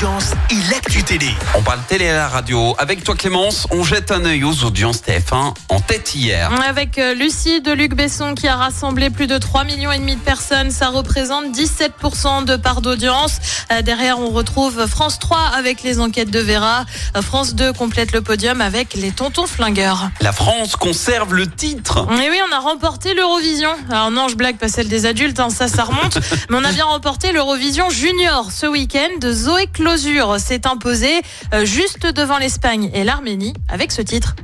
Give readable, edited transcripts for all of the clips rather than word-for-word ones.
audiences et l'actu télé. On parle télé à la radio. Avec toi Clémence, on jette un œil aux audiences TF1 en tête hier. Avec Lucie de Luc Besson qui a rassemblé plus de 3,5 millions de personnes, ça représente 17% de part d'audience. Derrière, on retrouve France 3 avec les enquêtes de Vera. France 2 complète le podium avec les Tontons Flingueurs. La France conserve le titre. Et oui, on a remporté l'Eurovision. Alors non, je blague, pas celle des adultes, ça remonte. Mais on a bien remporté l'Eurovision Junior ce week-end. Zoé Closure s'est imposée juste devant l'Espagne et l'Arménie avec ce titre.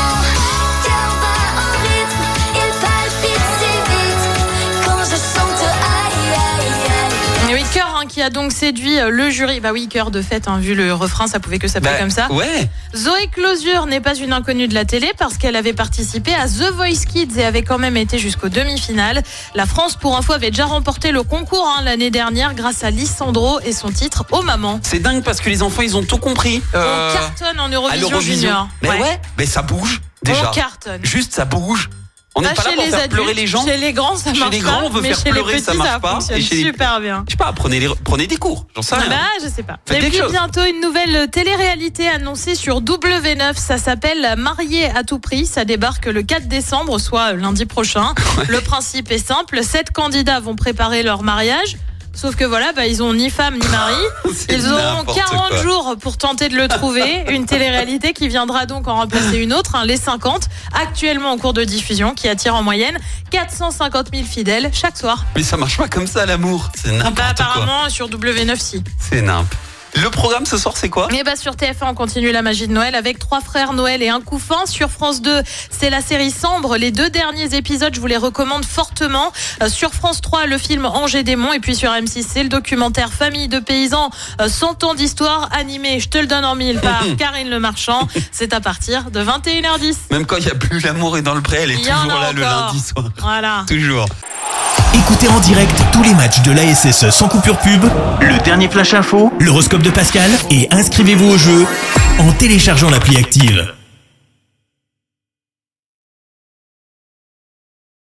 Et oui, Cœur qui a donc séduit le jury. Bah oui, Cœur de fait, vu le refrain, ça pouvait que s'appeler comme ça. Ouais. Zoé Closure n'est pas une inconnue de la télé parce qu'elle avait participé à The Voice Kids et avait quand même été jusqu'aux demi-finales. La France, pour info, avait déjà remporté le concours l'année dernière grâce à Lissandro et son titre Oh Maman. C'est dingue parce que les enfants, ils ont tout compris. On cartonne en Eurovision Junior. Mais ouais, mais ça bouge déjà. On cartonne. Juste, ça bouge. On n'est pas là pour faire pleurer les gens. Chez les grands, ça marche pas. Chez les grands, on veut faire pleurer, ça marche pas. Et chez les super bien. Je sais pas, prenez des cours. J'en sais rien. Je sais pas. Faites Et quelque puis chose. bientôt une nouvelle télé-réalité annoncée sur W9. Ça s'appelle Marié à tout prix. Ça débarque le 4 décembre, soit lundi prochain. Ouais. Le principe est simple. 7 candidats vont préparer leur mariage. Sauf que voilà, ils ont ni femme ni mari. Ils auront 40 jours pour tenter de le trouver. Une télé-réalité qui viendra donc en remplacer une autre, les 50, actuellement en cours de diffusion, qui attire en moyenne 450 000 fidèles chaque soir. Mais ça marche pas comme ça, l'amour. C'est n'importe quoi. Apparemment, sur W9, si. C'est nimp. Le programme ce soir, c'est quoi ? Sur TF1, on continue la magie de Noël avec 3 frères Noël et un couffin. Sur France 2, c'est la série Sambre. Les 2 derniers épisodes, je vous les recommande fortement. Sur France 3, le film Ange et Démon. Et puis sur M6, c'est le documentaire Famille de paysans, 100 ans d'histoire animé. Je te le donne en 1000 par Karine Le Marchand. C'est à partir de 21h10. Même quand il n'y a plus l'amour et dans le pré, elle est toujours là le lundi soir. Voilà. Toujours. Écoutez en direct tous les matchs de l'ASSE sans coupure pub, le dernier flash info, l'horoscope de Pascal et inscrivez-vous au jeu en téléchargeant l'appli Active.